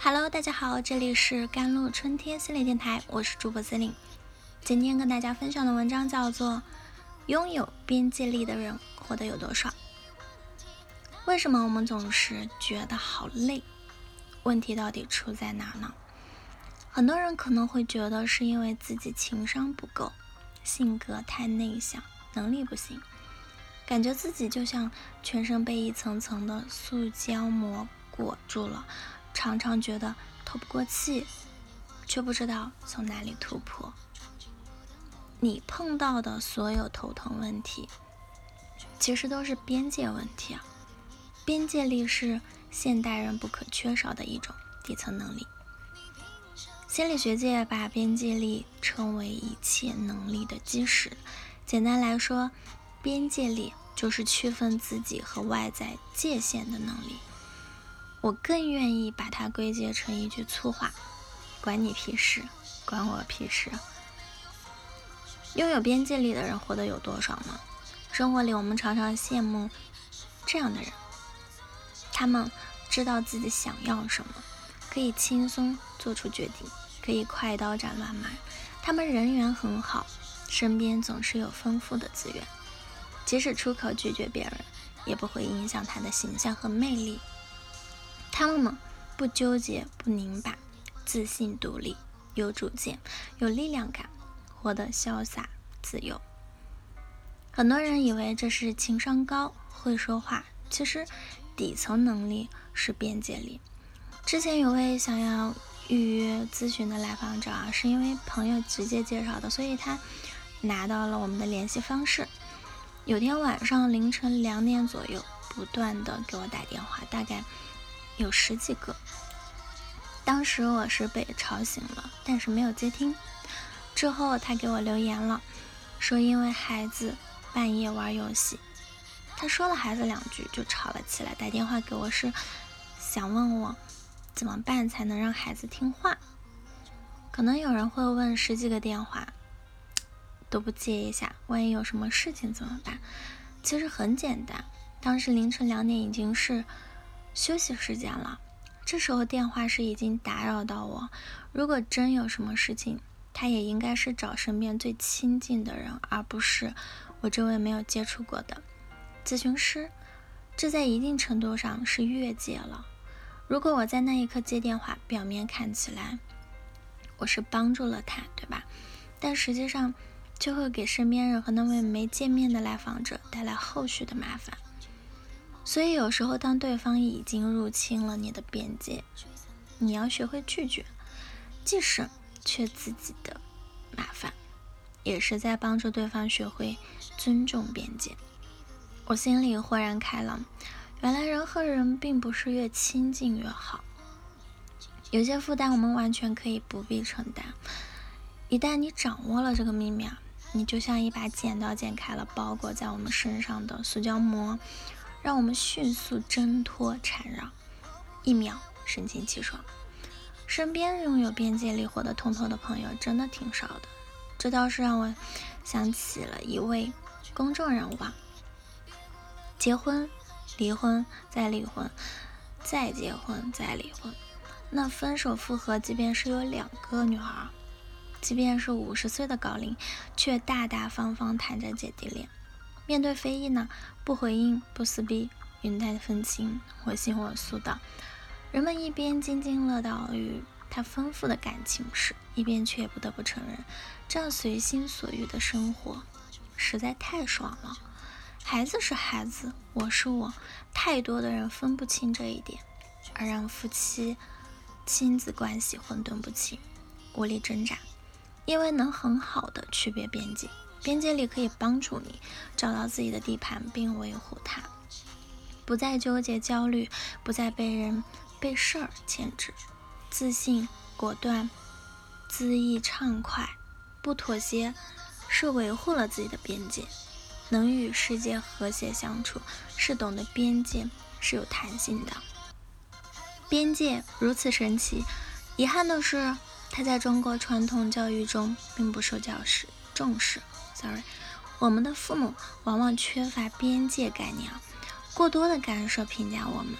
Hello，大家好，这里是甘露春天心理电台，我是主播司令。今天跟大家分享的文章叫做拥有边界力的人活得有多少。为什么我们总是觉得好累？问题到底出在哪呢？很多人可能会觉得是因为自己情商不够，性格太内向，能力不行，感觉自己就像全身被一层层的塑胶膜裹住了，常常觉得透不过气，却不知道从哪里突破。你碰到的所有头疼问题，其实都是边界问题啊。边界力是现代人不可缺少的一种底层能力。心理学界把边界力称为一切能力的基石。简单来说，边界力就是区分自己和外在界限的能力。我更愿意把它归结成一句粗话：管你屁事，管我屁事。拥有边界力的人活得有多少呢？生活里我们常常羡慕这样的人，他们知道自己想要什么，可以轻松做出决定，可以快刀斩乱麻。他们人缘很好，身边总是有丰富的资源，即使出口拒绝别人，也不会影响他的形象和魅力。他们不纠结，不拧巴，自信独立，有主见，有力量感，活得潇洒自由。很多人以为这是情商高，会说话，其实底层能力是边界力。之前有位想要预约咨询的来访者是因为朋友直接介绍的，所以他拿到了我们的联系方式。有天晚上凌晨2点左右，不断的给我打电话，大概有10几个。当时我是被吵醒了，但是没有接听。之后他给我留言了，说因为孩子半夜玩游戏，他说了孩子2句就吵了起来，打电话给我是想问我怎么办才能让孩子听话。可能有人会问，10几个电话都不接一下，万一有什么事情怎么办？其实很简单，当时凌晨2点已经是休息时间了，这时候电话是已经打扰到我，如果真有什么事情，他也应该是找身边最亲近的人，而不是我这位没有接触过的咨询师。这在一定程度上是越界了。如果我在那一刻接电话，表面看起来我是帮助了他，对吧？但实际上就会给身边人和那位没见面的来访者带来后续的麻烦。所以有时候当对方已经入侵了你的边界，你要学会拒绝，既省却自己的麻烦，也是在帮助对方学会尊重边界。我心里豁然开朗，原来人和人并不是越亲近越好，有些负担我们完全可以不必承担。一旦你掌握了这个秘密你就像一把剪刀剪开了包裹在我们身上的塑胶膜，让我们迅速挣脱缠绕，1秒神清气爽。身边拥有边界力活得通透的朋友真的挺少的，这倒是让我想起了一位公众人物结婚、离婚、再离婚、再结婚、再离婚。那分手复合，即便是有2个女儿，即便是50岁的高龄，却大大方方谈着姐弟恋。面对非议呢，不回应，不撕逼，云淡风轻，我行我素的。人们一边津津乐道于他丰富的感情史，一边却不得不承认，这样随心所欲的生活实在太爽了。孩子是孩子，我是我，太多的人分不清这一点，而让夫妻亲子关系混沌不清，无力挣扎。因为能很好的区别边界，边界力可以帮助你找到自己的地盘并维护它，不再纠结焦虑，不再被人被事儿牵制，自信果断，恣意畅快，不妥协，是维护了自己的边界。能与世界和谐相处，是懂得边界是有弹性的。边界如此神奇，遗憾的是它在中国传统教育中并不受教师重视。我们的父母往往缺乏边界概念，过多的干涉评价我们，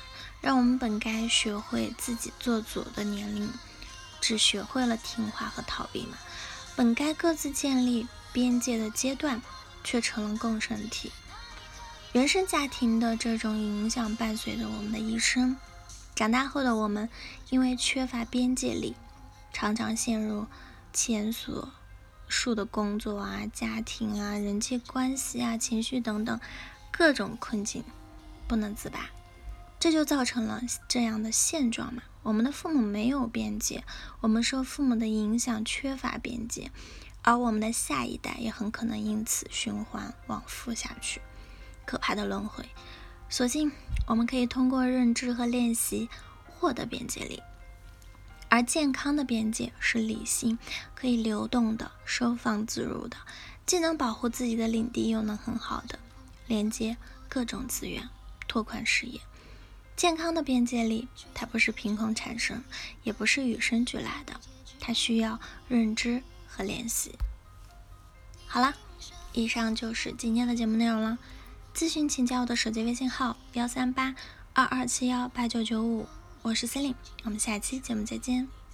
让我们本该学会自己做主的年龄，只学会了听话和逃避嘛。本该各自建立边界的阶段，却成了共生体。原生家庭的这种影响伴随着我们的一生。长大后的我们，因为缺乏边界力，常常陷入前所述的工作啊、家庭啊、人际关系啊、情绪等等各种困境，不能自拔。这就造成了这样的现状嘛。我们的父母没有边界，我们受父母的影响缺乏边界，而我们的下一代也很可能因此循环往复下去，可怕的轮回。所幸我们可以通过认知和练习获得边界力，而健康的边界是理性，可以流动的、收放自如的，既能保护自己的领地，又能很好的连接各种资源，拓宽视野。健康的边界力，它不是凭空产生，也不是与生俱来的，它需要认知和练习。好了，以上就是今天的节目内容了。咨询请加我的手机微信号13822718995，我是 Celine，我们下期节目再见。